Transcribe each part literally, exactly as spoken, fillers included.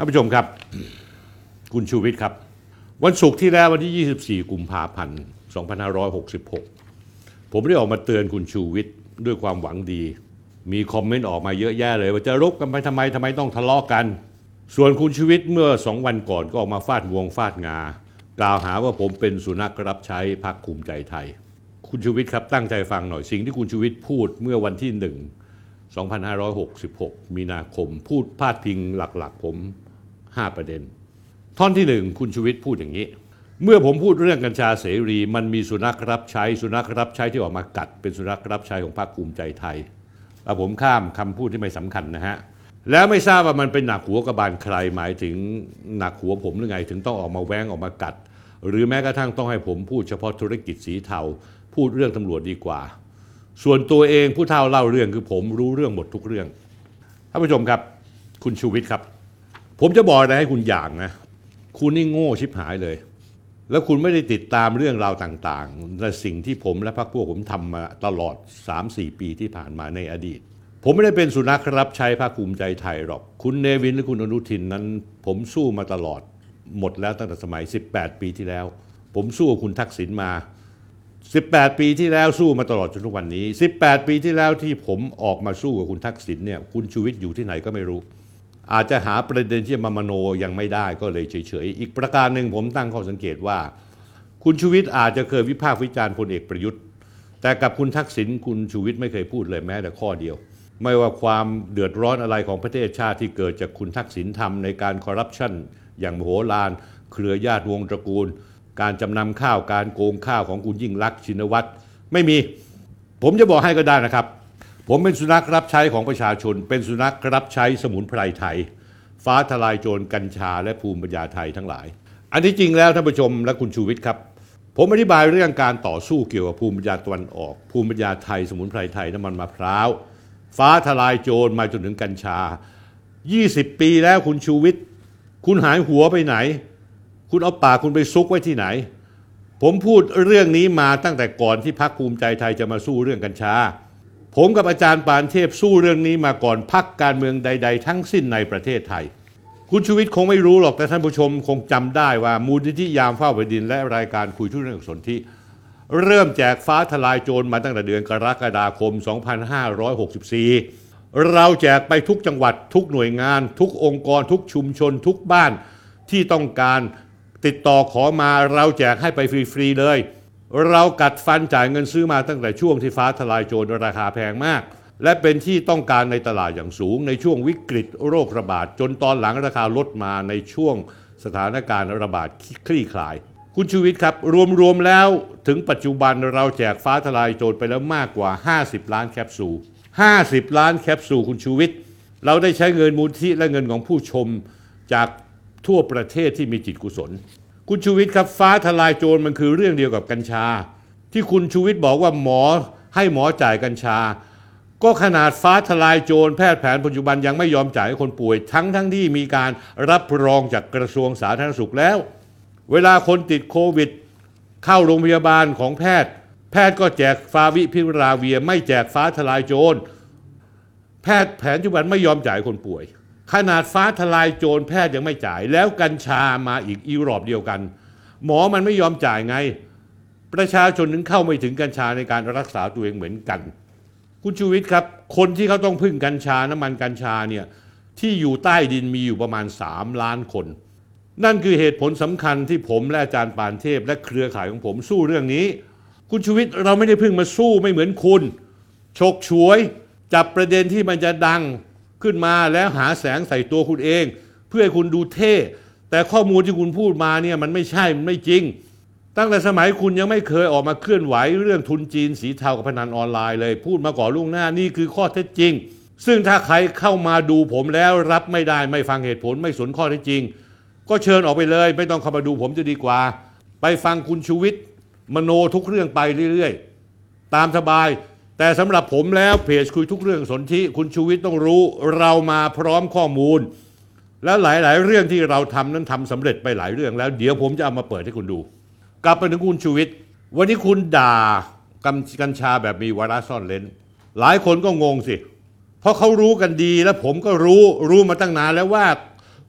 ท่านผู้ชมครับคุณชูวิทย์ครับวันศุกร์ที่แล้ววันที่ยี่สิบสี่กุมภาพันธ์สองพันห้าร้อยหกสิบหกผมได้ออกมาเตือนคุณชูวิทย์ด้วยความหวังดีมีคอมเมนต์ออกมาเยอะแยะเลยว่าจะรบกันไปทำไมทำไมต้องทะเลาะกันส่วนคุณชูวิทย์เมื่อสองวันก่อนก็ออกมาฟาดงวงฟาดงากล่าวหาว่าผมเป็นสุนัขรับใช้พรรคภูมิใจไทยคุณชูวิทย์ครับตั้งใจฟังหน่อยสิ่งที่คุณชูวิทย์พูดเมื่อวันที่หนึ่ง สองพันห้าร้อยหกสิบหกมีนาคมพูดพาดพิงหลักๆผมห้าประเด็นท่อนที่หนึ่งคุณชูวิทย์พูดอย่างนี้เมื่อผมพูดเรื่องกัญชาเสรีมันมีสุนัขรับใช้สุนัขรับใช้ที่ออกมากัดเป็นสุนัขรับใช้ของพรรคภูมิใจไทยแล้วผมข้ามคำพูดที่ไม่สำคัญนะฮะแล้วไม่ทราบว่ามันเป็นหนักหัวกระบาลใครหมายถึงหนักหัวผมหรือไงถึงต้องออกมาแว้งออกมากัดหรือแม้กระทั่งต้องให้ผมพูดเฉพาะธุรกิจสีเทาพูดเรื่องตำรวจดีกว่าส่วนตัวเองผู้เฒ่าเล่าเรื่องคือผมรู้เรื่องหมดทุกเรื่องท่านผู้ชมครับคุณชูวิทย์ครับผมจะบอกอะไรให้คุณอย่างนะคุณนี่โง่ชิบหายเลยแล้วคุณไม่ได้ติดตามเรื่องราวต่างๆและสิ่งที่ผมและพรรคพวกผมทำมาตลอด สามสี่ ปีที่ผ่านมาในอดีตผมไม่ได้เป็นสุนัขรับใช้พรรคภูมิใจไทยหรอกคุณเนวินหรือคุณอนุทินนั้นผมสู้มาตลอดหมดแล้วตั้งแต่สมัยสิบแปดปีที่แล้วผมสู้กับคุณทักษิณมาสิบแปดปีที่แล้วสู้มาตลอดจนทุกวันนี้สิบแปดปีที่แล้วที่ผมออกมาสู้กับคุณทักษิณเนี่ยคุณชูวิทย์อยู่ที่ไหนก็ไม่รู้อาจจะหาประเด็นที่มามโนยังไม่ได้ก็เลยเฉยๆอีกประการหนึ่งผมตั้งข้อสังเกตว่าคุณชูวิทย์อาจจะเคยวิพากษ์วิจารณ์พลเอกประยุทธ์แต่กับคุณทักษิณคุณชูวิทย์ไม่เคยพูดเลยแม้แต่ข้อเดียวไม่ว่าความเดือดร้อนอะไรของประเทศชาติที่เกิดจากคุณทักษิณทำในการคอร์รัปชันอย่างมโหฬารเครือญาติวงศ์ตระกูลการจำนำข้าวการโกงข้าวของคุณยิ่งลักษณ์ชินวัตรไม่มีผมจะบอกให้ก็ได้นะครับผมเป็นสุนัขรับใช้ของประชาชนเป็นสุนัขรับใช้สมุนไพรไทยฟ้าทลายโจรกัญชาและภูมิปัญญาไทยทั้งหลายอันที่จริงแล้วท่านผู้ชมและคุณชูวิทย์ครับผมอธิบายเรื่องการต่อสู้เกี่ยวกับภูมิปัญญาตะวันออกภูมิปัญญาไทยสมุนไพรไทยน้ำมันมะพร้าวฟ้าทลายโจรมาจนถึงกัญชายี่สิบปีแล้วคุณชูวิทย์คุณหายหัวไปไหนคุณเอาปากคุณไปซุกไว้ที่ไหนผมพูดเรื่องนี้มาตั้งแต่ก่อนที่พรรคภูมิใจไทยจะมาสู้เรื่องกัญชาผมกับอาจารย์ปานเทพสู้เรื่องนี้มาก่อนพรรคการเมืองใดๆทั้งสิ้นในประเทศไทยคุณชูวิทย์คงไม่รู้หรอกแต่ท่านผู้ชมคงจำได้ว่ามูลนิธิยามเฝ้าแผ่นดินและรายการคุยทุกเรื่องสนธิเริ่มแจกฟ้าทลายโจรมาตั้งแต่เดือนกรกฎาคมสองพันห้าร้อยหกสิบสี่เราแจกไปทุกจังหวัดทุกหน่วยงานทุกองค์กรทุกชุมชนทุกบ้านที่ต้องการติดต่อขอมาเราแจกให้ไปฟรีๆเลยเรากัดฟันจ่ายเงินซื้อมาตั้งแต่ช่วงที่ฟ้าทลายโจรราคาแพงมากและเป็นที่ต้องการในตลาดอย่างสูงในช่วงวิกฤตโรคระบาดจนตอนหลังราคาลดมาในช่วงสถานการณ์ระบาดคลี่คลายคุณชูวิทย์ครับรวมๆแล้วถึงปัจจุบันเราแจกฟ้าทลายโจรไปแล้วมากกว่าห้าสิบล้านแคปซูลห้าสิบล้านแคปซูลคุณชูวิทย์เราได้ใช้เงินมูลที่และเงินของผู้ชมจากทั่วประเทศที่มีจิตกุศลคุณชูวิทย์ครับฟ้าทลายโจรมันคือเรื่องเดียวกับกัญชาที่คุณชูวิทย์บอกว่าหมอให้หมอจ่ายกัญชาก็ขนาดฟ้าทลายโจรแพทย์แผนปัจจุบันยังไม่ยอมจ่ายให้คนป่วยทั้งทั้งที่มีการรับรองจากกระทรวงสาธารณสุขแล้วเวลาคนติดโควิดเข้าโรงพยาบาลของแพทย์แพทย์ก็แจกฟาวิพิราเวียไม่แจกฟ้าทลายโจรแพทย์แผนปัจจุบันไม่ยอมจ่ายคนป่วยขนาดฟ้าทลายโจรแพทย์ยังไม่จ่ายแล้วกัญชามาอีกอีรอบเดียวกันหมอมันไม่ยอมจ่ายไงประชาชนถึงเข้าไม่ถึงกัญชาในการรักษาตัวเองเหมือนกันคุณชูวิทย์ครับคนที่เขาต้องพึ่งกัญชาน้ำมันกัญชาเนี่ยที่อยู่ใต้ดินมีอยู่ประมาณสามล้านคนนั่นคือเหตุผลสำคัญที่ผมและอาจารย์ปานเทพและเครือข่ายของผมสู้เรื่องนี้คุณชูวิทย์เราไม่ได้เพิ่งมาสู้ไม่เหมือนคุณฉกฉวยจับประเด็นที่มันจะดังขึ้นมาแล้วหาแสงใส่ตัวคุณเองเพื่อให้คุณดูเท่แต่ข้อมูลที่คุณพูดมาเนี่ยมันไม่ใช่มันไม่จริงตั้งแต่สมัยคุณยังไม่เคยออกมาเคลื่อนไหวเรื่องทุนจีนสีเทากับพนันออนไลน์เลยพูดมาก่อนล่วงหน้านี่คือข้อเท็จจริงซึ่งถ้าใครเข้ามาดูผมแล้วรับไม่ได้ไม่ฟังเหตุผลไม่สนข้อเท็จจริงก็เชิญออกไปเลยไม่ต้องเข้ามาดูผมจะดีกว่าไปฟังคุณชูวิทย์มโนทุกเรื่องไปเรื่อยๆตามสบายแต่สำหรับผมแล้วเพจคุยทุกเรื่องสนธิคุณชูวิทย์ต้องรู้เรามาพร้อมข้อมูลแล้วหลายๆเรื่องที่เราทำนั้นทำสำเร็จไปหลายเรื่องแล้วเดี๋ยวผมจะเอามาเปิดให้คุณดูกลับไปถึงคุณชูวิทย์วันนี้คุณด่ากัญชาแบบมีวาระซ่อนเร้นหลายคนก็งงสิเพราะเขารู้กันดีและผมก็รู้รู้มาตั้งนานแล้วว่า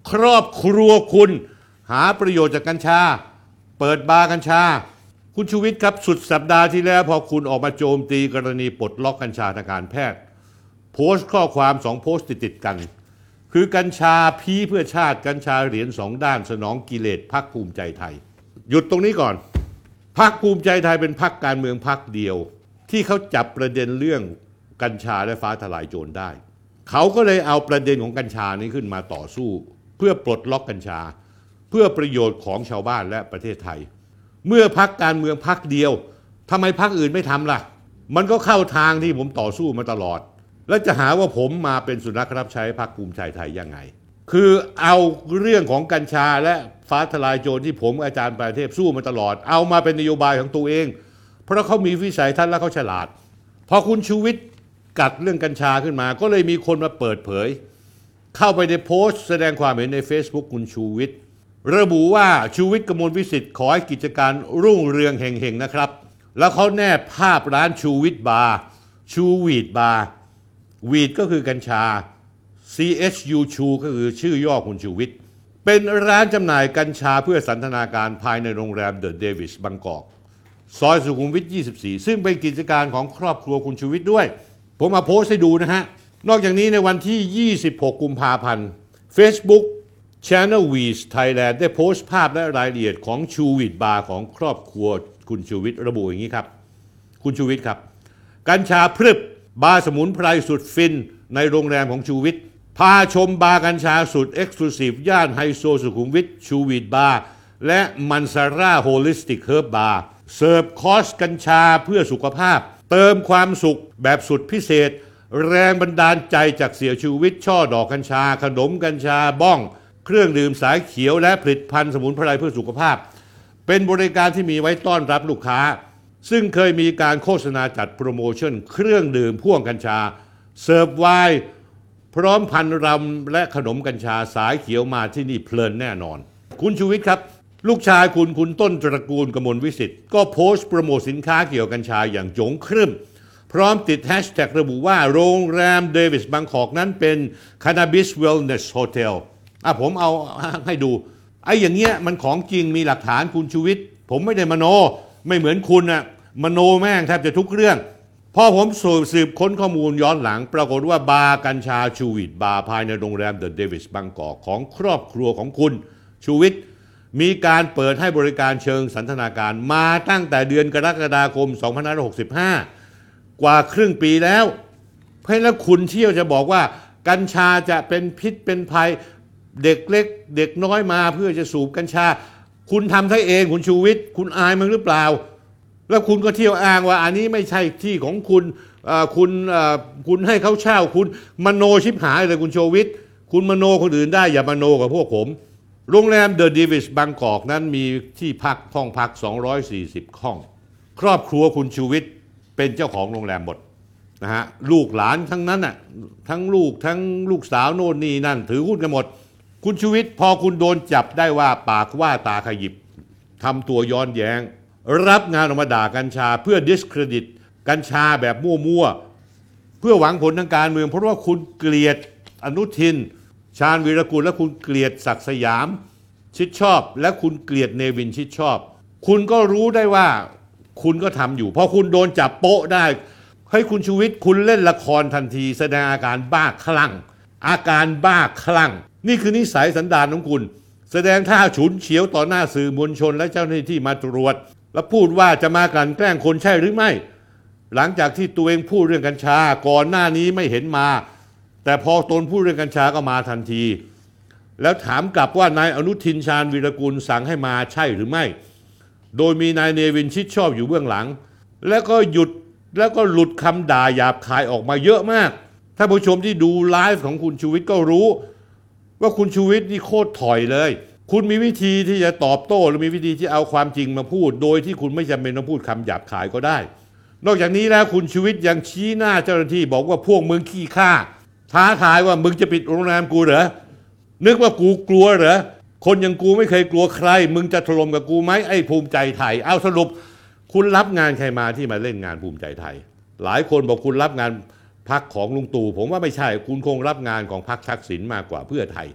ครอบครัวคุณหาประโยชน์จากกัญชาเปิดบาร์กัญชาคุณชูวิทย์ครับสุดสัปดาห์ที่แล้วพอคุณออกมาโจมตีกรณีปลดล็อกกัญชาทางการแพทย์โพสต์ข้อความสองโพสต์ติดๆกันคือกัญชาพีเพื่อชาติกัญชาเหรียญสองด้านสนองกิเลสพรรคภูมิใจไทยหยุดตรงนี้ก่อนพรรคภูมิใจไทยเป็นพรรคการเมืองพรรคเดียวที่เขาจับประเด็นเรื่องกัญชาและฟ้าทลายโจรได้เขาก็เลยเอาประเด็นของกัญชานี้ขึ้นมาต่อสู้เพื่อปลดล็อกกัญชาเพื่อประโยชน์ของชาวบ้านและประเทศไทยเมื่อพรรคการเมืองพรรคเดียวทำไมพรรคอื่นไม่ทำล่ะมันก็เข้าทางที่ผมต่อสู้มาตลอดแล้วจะหาว่าผมมาเป็นสุนัขรับใช้พรรคภูมิใจไทยยังไงคือเอาเรื่องของกัญชาและฟ้าทลายโจรที่ผมอาจารย์ประเทศสู้มาตลอดเอามาเป็นนโยบายของตัวเองเพราะเขามีวิสัยทัศน์และเขาฉลาดพอคุณชูวิทย์กัดเรื่องกัญชาขึ้นมาก็เลยมีคนมาเปิดเผยเข้าไปในโพสต์แสดงความเห็นใน Facebook คุณชูวิทย์ระบุว่าชูวิทย์กมลวิสิทธิ์ขอให้กิจการรุ่งเรืองเฮงๆนะครับแล้วเขาแนบภาพร้านชูวิทย์บาร์ชูวีดบาร์วีดก็คือกัญชา ซี เอช ยู ชูก็คือชื่อย่อคุณชูวิทย์เป็นร้านจำหน่ายกัญชาเพื่อสันทนาการภายในโรงแรมเดอะเดวิสบางกอกซอยสุขุมวิทยี่สิบสี่ซึ่งเป็นกิจการของครอบครัวคุณชูวิทย์ด้วยผมมาโพสต์ให้ดูนะฮะนอกจากนี้ในวันที่ยี่สิบหกกุมภาพันธ์ Facebook Channel Weez Thailand ได้โพสต์ภาพและรายละเอียดของชูวิทย์บาร์ของครอบครัวคุณชูวิทย์ระบุอย่างนี้ครับคุณชูวิทย์ครับกัญชาพรึบบาร์สมุนไพรสุดฟินในโรงแรมของชูวิทย์พาชมบาร์กัญชาสุดเอ็กซ์คลูซีฟย่านไฮโซสุขุมวิทชูวิทย์บาร์และมันซาร่าโฮลิสติกเฮิร์บบาร์เสิร์ฟคอร์สกัญชาเพื่อสุขภาพเติมความสุขแบบสุดพิเศษแรงบันดาลใจจากเสี่ยชูวิทย์ช่อดอกกัญชาขนมกัญชาบ้องเครื่องดื่มสายเขียวและผลิตภัณฑ์สมุนไพรเพื่อสุขภาพเป็นบริการที่มีไว้ต้อนรับลูกค้าซึ่งเคยมีการโฆษณาจัดโปรโมชั่นเครื่องดื่มพ่วงกัญชาเสิร์ฟไวน์พร้อมพันรำและขนมกัญชาสายเขียวมาที่นี่เพลินแน่นอนคุณชูวิทย์ครับลูกชายคุณคุณต้นตระกูลกมลวิสิทธิ์ก็โพสต์โปรโมทสินค้าเกี่ยวกับกัญชาอย่างโจงครึ่มพร้อมติดแฮชแท็กระบุว่าโรงแรมเดวิสบางกอกนั้นเป็น Cannabis Wellness Hotel อ่ะผมเอาให้ดูไอ้อย่างเงี้ยมันของจริงมีหลักฐานคุณชูวิทย์ผมไม่ได้มโนไม่เหมือนคุณอะมโนแม่งแทบจะทุกเรื่องพอผมสืบค้นข้อมูลย้อนหลังปรากฏว่าบาร์กัญชาชูวิทย์บาร์ภายในโรงแรมเดอะเดวิสบางกอกของครอบครัวของคุณชูวิทย์มีการเปิดให้บริการเชิงสันทนาการมาตั้งแต่เดือนกรกฎาคมสองพันห้าร้อยหกสิบห้ากว่าครึ่งปีแล้วเพราะฉะนั้นคุณเที่ยวจะบอกว่ากัญชาจะเป็นพิษเป็นภัยเด็กเล็กเด็กน้อยมาเพื่อจะสูบกัญชาคุณทำซะเองคุณชูวิทย์คุณอายมั้งหรือเปล่าแล้วคุณก็เที่ยวอ้างว่าอันนี้ไม่ใช่ที่ของคุณคุณคุณให้เขาเช่าคุณมโนชิบหายเลยคุณชูวิทย์คุณมโนคนอื่นได้อย่ามโนกับพวกผมโรงแรมเดอะเดวิสบางกอกนั้นมีที่พักห้องพักสองร้อยสี่สิบห้องครอบครัวคุณชูวิทย์เป็นเจ้าของโรงแรมหมดนะฮะลูกหลานทั้งนั้นน่ะทั้งลูกทั้งลูกสาวโน่นนี่นั่นถือหุ้นกันหมดคุณชูวิทย์พอคุณโดนจับได้ว่าปากว่าตาขยิบทำตัวย้อนแย้งรับงานออกมาด่ากัญชาเพื่อ discredit กัญชาแบบมั่วๆเพื่อหวังผลทางการเมืองเพราะว่าคุณเกลียดอนุทินชาญวีรกุลและคุณเกลียดศักดิ์สยามชิดชอบและคุณเกลียดเนวินชิดชอบคุณก็รู้ได้ว่าคุณก็ทำอยู่พอคุณโดนจับโป๊ะได้ให้คุณชูวิทย์คุณเล่นละครทันทีแสดงอาการบ้าคลั่งอาการบ้าคลั่งนี่คือนิสัยสันดานของคุณแสดงท่าฉุนเฉียวต่อหน้าสื่อมวลชนและเจ้าหน้าที่มาตรวจแล้วพูดว่าจะมากลั่นแกล้งคนใช่หรือไม่หลังจากที่ตัวเองพูดเรื่องกัญชาก่อนหน้านี้ไม่เห็นมาแต่พอตนพูดเรื่องกัญชาก็มาทันทีแล้วถามกลับว่านายอนุทินชาญวีรกุลสั่งให้มาใช่หรือไม่โดยมีนายเนวินชิดชอบอยู่เบื้องหลังแล้วก็หยุดแล้วก็หลุดคำด่าหยาบคายออกมาเยอะมากถ้าผู้ชมที่ดูไลฟ์ของคุณชูวิทย์ก็รู้ว่าคุณชูวิทย์นี่โคตรถอยเลยคุณมีวิธีที่จะตอบโต้หรือมีวิธีที่เอาความจริงมาพูดโดยที่คุณไม่จำเป็นต้องพูดคำหยาบคายก็ได้นอกจากนี้แล้วคุณชูวิทย์ยังชี้หน้าเจ้าหน้าที่บอกว่าพวกมึงขี้ข้าท้าทายว่ามึงจะปิดโรงแรมกูเหรอนึกว่ากูกลัวเหรอคนอย่างกูไม่เคยกลัวใครมึงจะถล่มกับกูไหมไอ้ภูมิใจไทยเอาสรุปคุณรับงานใครมาที่มาเล่นงานภูมิใจไทยหลายคนบอกคุณรับงานพรรคของลุงตู่ผมว่าไม่ใช่คุณคงรับงานของพรรคทักษิณมากกว่าเพื่อไทย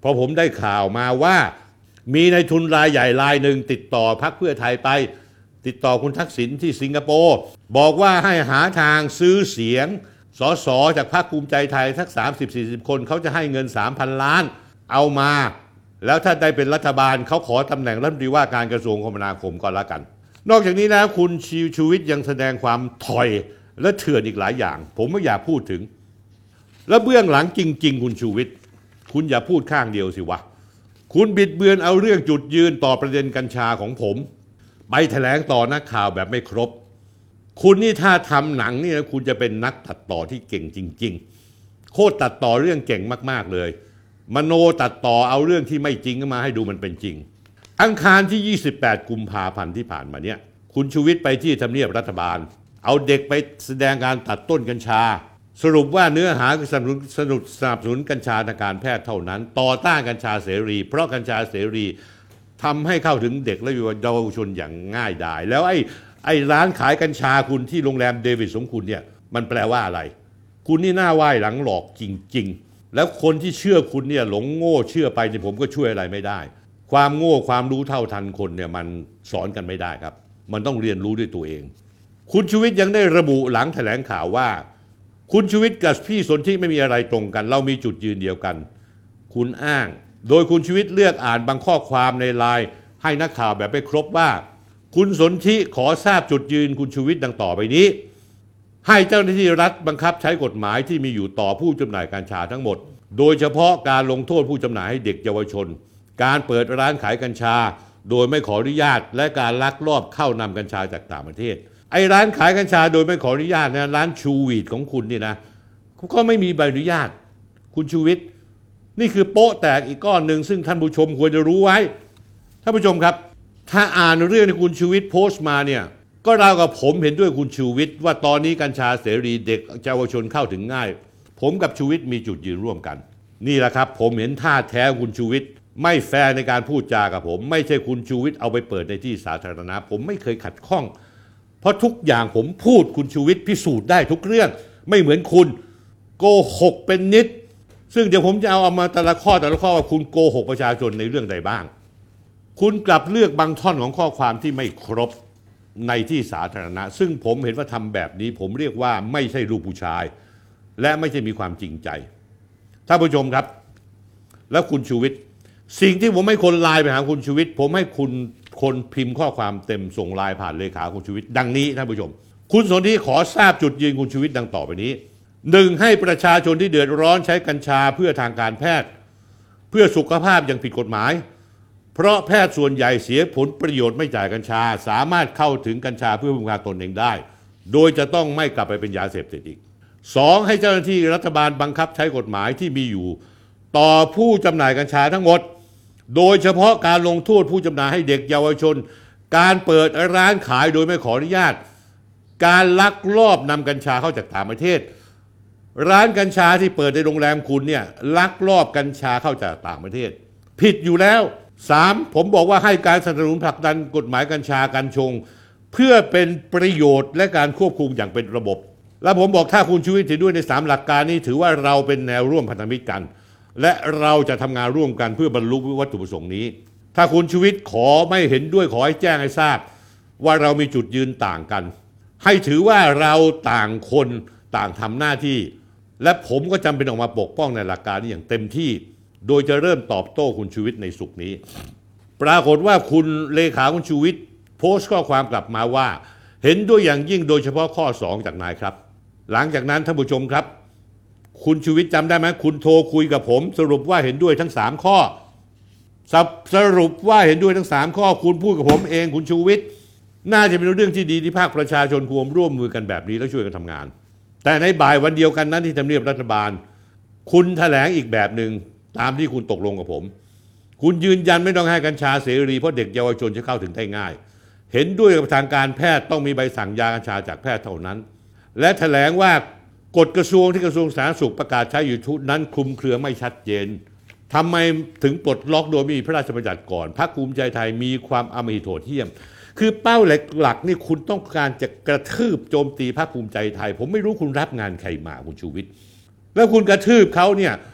เพราะผมได้ข่าวมาว่ามีนายทุนรายใหญ่รายหนึ่งติดต่อพรรคเพื่อไทยไปติดต่อคุณทักษิณที่สิงคโปร์บอกว่าให้หาทางซื้อเสียงสสจากพรรคภูมิใจไทยสัก สามสิบถึงสี่สิบ คนเขาจะให้เงิน สามพัน ล้านเอามาแล้วถ้าได้เป็นรัฐบาลเขาขอตำแหน่งรัฐมนตรีว่าการกระทรวงคมนาคมก็แล้วกันนอกจากนี้แล้วคุณชูวิทย์ยังแสดงความถอยและเถื่อนอีกหลายอย่างผมไม่อยากพูดถึงแล้วเบื้องหลังจริงๆคุณชูวิทย์คุณอย่าพูดข้างเดียวสิวะคุณบิดเบือนเอาเรื่องจุดยืนต่อประเด็นกัญชาของผมไปแถลงต่อนักข่าวแบบไม่ครบคุณนี่ถ้าทำหนังนี่นะคุณจะเป็นนักตัดต่อที่เก่งจริงๆโคตรตัดต่อเรื่องเก่งมากๆเลยมโนตัดต่อเอาเรื่องที่ไม่จริงมาให้ดูมันเป็นจริงอังคารที่ยี่สิบแปดกุมภาพันธ์ที่ผ่านมาเนี่ยคุณชูวิทย์ไปที่ทำเนียบรัฐบาลเอาเด็กไปแสดงการตัดต้นกัญชาสรุปว่าเนื้อหาสนับสนุนสนุนสนับสนุนกัญชาทางการแพทย์เท่านั้นต่อต้านกัญชาเสรีเพราะกัญชาเสรีทำให้เข้าถึงเด็กและเยาวชนอย่างง่ายดายแล้วไอ้ไอ้ร้านขายกัญชาคุณที่โรงแรมเดวิดสมคุณเนี่ยมันแปลว่าอะไรคุณนี่หน้าไหว้หลังหลอกจริงๆแล้วคนที่เชื่อคุณเนี่ยหลงโง่เชื่อไปเนี่ยผมก็ช่วยอะไรไม่ได้ความโง่ความรู้เท่าทันคนเนี่ยมันสอนกันไม่ได้ครับมันต้องเรียนรู้ด้วยตัวเองคุณชูวิทย์ยังได้ระบุหลังแถลงข่าวว่าคุณชูวิทย์กับพี่สนธิไม่มีอะไรตรงกันเรามีจุดยืนเดียวกันคุณอ้างโดยคุณชูวิทย์เลือกอ่านบางข้อความในไลน์ให้นักข่าวแบบไม่ครบว่าคุณสนธิขอทราบจุดยืนคุณชูวิทย์ดังต่อไปนี้ให้เจ้าหน้าที่รัฐบังคับใช้กฎหมายที่มีอยู่ต่อผู้จำหน่ายกัญชาทั้งหมดโดยเฉพาะการลงโทษผู้จำหน่ายให้เด็กเยาวชนการเปิดร้านขายกัญชาโดยไม่ขออนุญาตและการลักลอบเข้านำกัญชาจากต่างประเทศไอ้ร้านขายกัญชาโดยไม่ขออนุญาตนะร้านชูวีดของคุณนี่นะก็ไม่มีใบอนุญาตคุณชูวิทย์นี่คือโป๊ะแตกอีกก้อนหนึ่งซึ่งท่านผู้ชมควรจะรู้ไว้ท่านผู้ชมครับถ้าอ่านเรื่องที่คุณชูวิทย์โพสต์มาเนี่ยก็ราวกับผมเห็นด้วยคุณชูวิทย์ว่าตอนนี้กัญชาเสรีเด็กเยาวชนเข้าถึงง่ายผมกับชูวิทย์มีจุดยืนร่วมกันนี่แหละครับผมเห็นท่าแท้คุณชูวิทย์ไม่แฟร์ในการพูดจากับผมไม่ใช่คุณชูวิทย์เอาไปเปิดในที่สาธารณะผมไม่เคยขัดข้องเพราะทุกอย่างผมพูดคุณชูวิทย์พิสูจน์ได้ทุกเรื่องไม่เหมือนคุณโกหกเป็นนิดซึ่งเดี๋ยวผมจะเอาเอามาแต่ละข้อแต่ละข้อว่าคุณโกหกประชาชนในเรื่องใดบ้างคุณกลับเลือกบางท่อนของข้อความที่ไม่ครบในที่สาธารณะซึ่งผมเห็นว่าทำแบบนี้ผมเรียกว่าไม่ใช่ลูกผู้ชายและไม่ใช่มีความจริงใจท่านผู้ชมครับแล้วคุณชูวิทย์สิ่งที่ผมให้คนไลน์ไปหาคุณชูวิทย์ผมให้คุณคนพิมพ์ข้อความเต็มส่งไลน์ผ่านเลขาคุณชูวิทย์ดังนี้ท่านผู้ชมคุณสนธิขอทราบจุดยืนคุณชูวิทย์ดังต่อไปนี้หนึ่งให้ประชาชนที่เดือดร้อนใช้กัญชาเพื่อทางการแพทย์เพื่อสุขภาพอย่างผิดกฎหมายเพราะแพทย์ส่วนใหญ่เสียผลประโยชน์ไม่จ่ายกัญชาสามารถเข้าถึงกัญชาเพื่อบำบัดตนเองได้โดยจะต้องไม่กลับไปเป็นยาเสพติดอีกสองให้เจ้าหน้าที่รัฐบาลบังคับใช้กฎหมายที่มีอยู่ต่อผู้จำหน่ายกัญชาทั้งหมดโดยเฉพาะการลงโทษผู้จำหน่ายให้เด็กเยาวชนการเปิดร้านขายโดยไม่ขออนุญาตการลักลอบนำกัญชาเข้าจากต่างประเทศร้านกัญชาที่เปิดในโรงแรมคุณเนี่ยลักลอบกัญชาเข้าจากต่างประเทศผิดอยู่แล้วสามผมบอกว่าให้การสนับสนุนผลักดันกฎหมายกัญชากัญชงเพื่อเป็นประโยชน์และการควบคุมอย่างเป็นระบบและผมบอกถ้าคุณชูวิทย์ถือด้วยในสามหลักการนี้ถือว่าเราเป็นแนวร่วมพันธมิตรกันและเราจะทำงานร่วมกันเพื่อบรรลุวัตถุประสงค์นี้ถ้าคุณชูวิทย์ขอไม่เห็นด้วยขอให้แจ้งให้ทราบว่าเรามีจุดยืนต่างกันให้ถือว่าเราต่างคนต่างทำหน้าที่และผมก็จำเป็นออกมาปกป้องในหลักการนี้อย่างเต็มที่โดยจะเริ่มตอบโต้คุณชูวิทย์ในสุขนี้ปรากฏว่าคุณเลขาคุณชูวิทย์โพสต์ข้อความกลับมาว่าเห็นด้วยอย่างยิ่งโดยเฉพาะข้อสองจากนายครับหลังจากนั้นท่านผู้ชมครับคุณชูวิทย์จำได้ไหมคุณโทรคุยกับผมสรุปว่าเห็นด้วยทั้งสามข้อสรุปว่าเห็นด้วยทั้งสามข้อคุณพูดกับผมเองคุณชูวิทย์น่าจะเป็นเรื่องที่ดีที่ภาคประชาชนควรร่วมมือกันแบบนี้แล้วช่วยกันทำงานแต่ในบ่ายวันเดียวกันนั้นที่ทำเนียบรัฐบาลคุณแถลงอีกแบบหนึ่งตามที่คุณตกลงกับผมคุณยืนยันไม่ต้องให้กัญชาเสรีเพราะเด็กเยาวชนจะเข้าถึงได้ง่ายเห็นด้วยกับทางการแพทย์ต้องมีใบสั่งยากัญชาจากแพทย์เท่านั้นและแถลงว่ากฎกระทรวงที่กระทรวงสาธารณสุขประกาศใช้อยู่ทุกนั้นคลุมเครือไม่ชัดเจนทำไมถึงปลดล็อกโดยไม่มีพระราชบัญญัติก่อนพรรคภูมิใจไทยมีความอำมหิตโหดเหี้ยมคือเป้าหลักๆนี่คุณต้องการจะกระทืบโจมตีพรรคภูมิใจไทยผมไม่รู้คุณรับงานใครมาคุณชูวิทย์แล้วคุณกระทืบเขาเนี่ย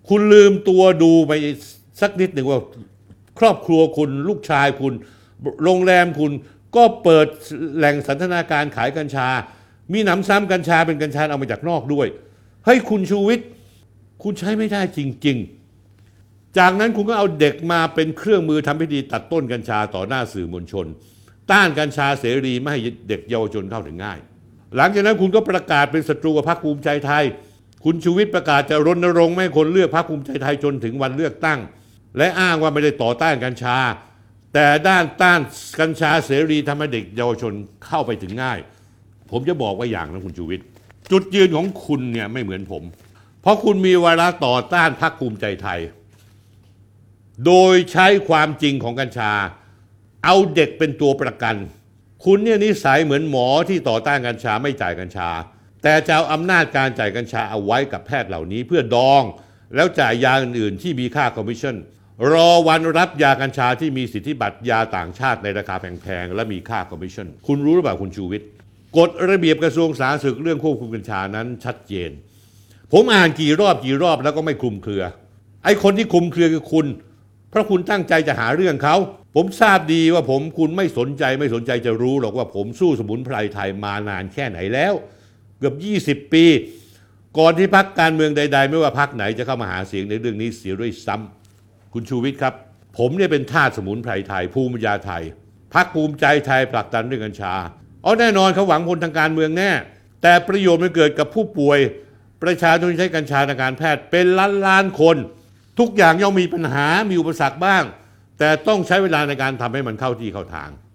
คุณลืมตัวดูไปสักนิดหนึ่งว่าครอบครัวคุณลูกชายคุณโรงแรมคุณก็เปิดแหล่งสันทนาการขายกัญชามีหนำซ้ำกัญชาเป็นกัญชาเอามาจากนอกด้วยเฮ้ยคุณชูวิทย์คุณใช้ไม่ได้จริงๆจากนั้นคุณก็เอาเด็กมาเป็นเครื่องมือทำพิธีตัดต้นกัญชาต่อหน้าสื่อมวลชนต้านกัญชาเสรีไม่ให้เด็กเยาวชนเข้าถึงง่ายหลังจากนั้นคุณก็ประกาศเป็นศัตรูกับพรรคภูมิใจไทยคุณชูวิทย์ประกาศจะรณรงค์ไม่ให้คนเลือกพรรคภูมิใจไทยจนถึงวันเลือกตั้งและอ้างว่าไม่ได้ต่อต้านกัญชาแต่ด้านต้านกัญชาเสรีทำให้เด็กเยาวชนเข้าไปถึงง่ายผมจะบอกว่าอย่างนะคุณชูวิทย์จุดยืนของคุณเนี่ยไม่เหมือนผมเพราะคุณมีวาระต่อต้านพรรคภูมิใจไทยโดยใช้ความจริงของกัญชาเอาเด็กเป็นตัวประกันคุณเนี่ยนิสัยเหมือนหมอที่ต่อต้านกัญชาไม่จ่ายกัญชาแต่จะเอาอำนาจการจ่ายกัญชาเอาไว้กับแพทย์เหล่านี้เพื่อดองแล้วจ่ายยาอื่นๆที่มีค่าคอมมิชชั่นรอวันรับยากัญชาที่มีสิทธิบัตรยาต่างชาติในราคาแพงๆและมีค่าคอมมิชชั่นคุณรู้หรือเปล่าคุณชูวิทย์กฎระเบียบกระทรวงสาธารณสุขเรื่องควบคุมกัญชานั้นชัดเจนผมอ่านกี่รอบกี่รอบแล้วก็ไม่คลุมเครือไอ้คนที่คลุมเครือคือคุณเพราะคุณตั้งใจจะหาเรื่องเขาผมทราบดีว่าผมคุณไม่สนใจไม่สนใจจะรู้หรอกว่าผมสู้สมุนไพรไทยมานานแค่ไหนแล้วเกือบยี่สิบปีก่อนที่พรรคการเมืองใดๆไม่ว่าพรรคไหนจะเข้ามาหาเสียงในเรื่องนี้เสียด้วยซ้ำคุณชูวิทย์ครับผมเนี่ยเป็นทาสสมุนไพรไทยภูมิปัญญาไทยพรรคภูมิใจไทยผลักดันเรื่องกัญชาอ๋อแน่นอนเขาหวังผลทางการเมืองแน่แต่ประโยชน์มันเกิดกับผู้ป่วยประชาชนที่ใช้กัญชาทางการแพทย์เป็นล้านล้านคนทุกอย่างย่อมมีปัญหามีอุปสรรคบ้างแต่ต้องใช้เวลาในการทำให้มันเข้าที่เข้าทาง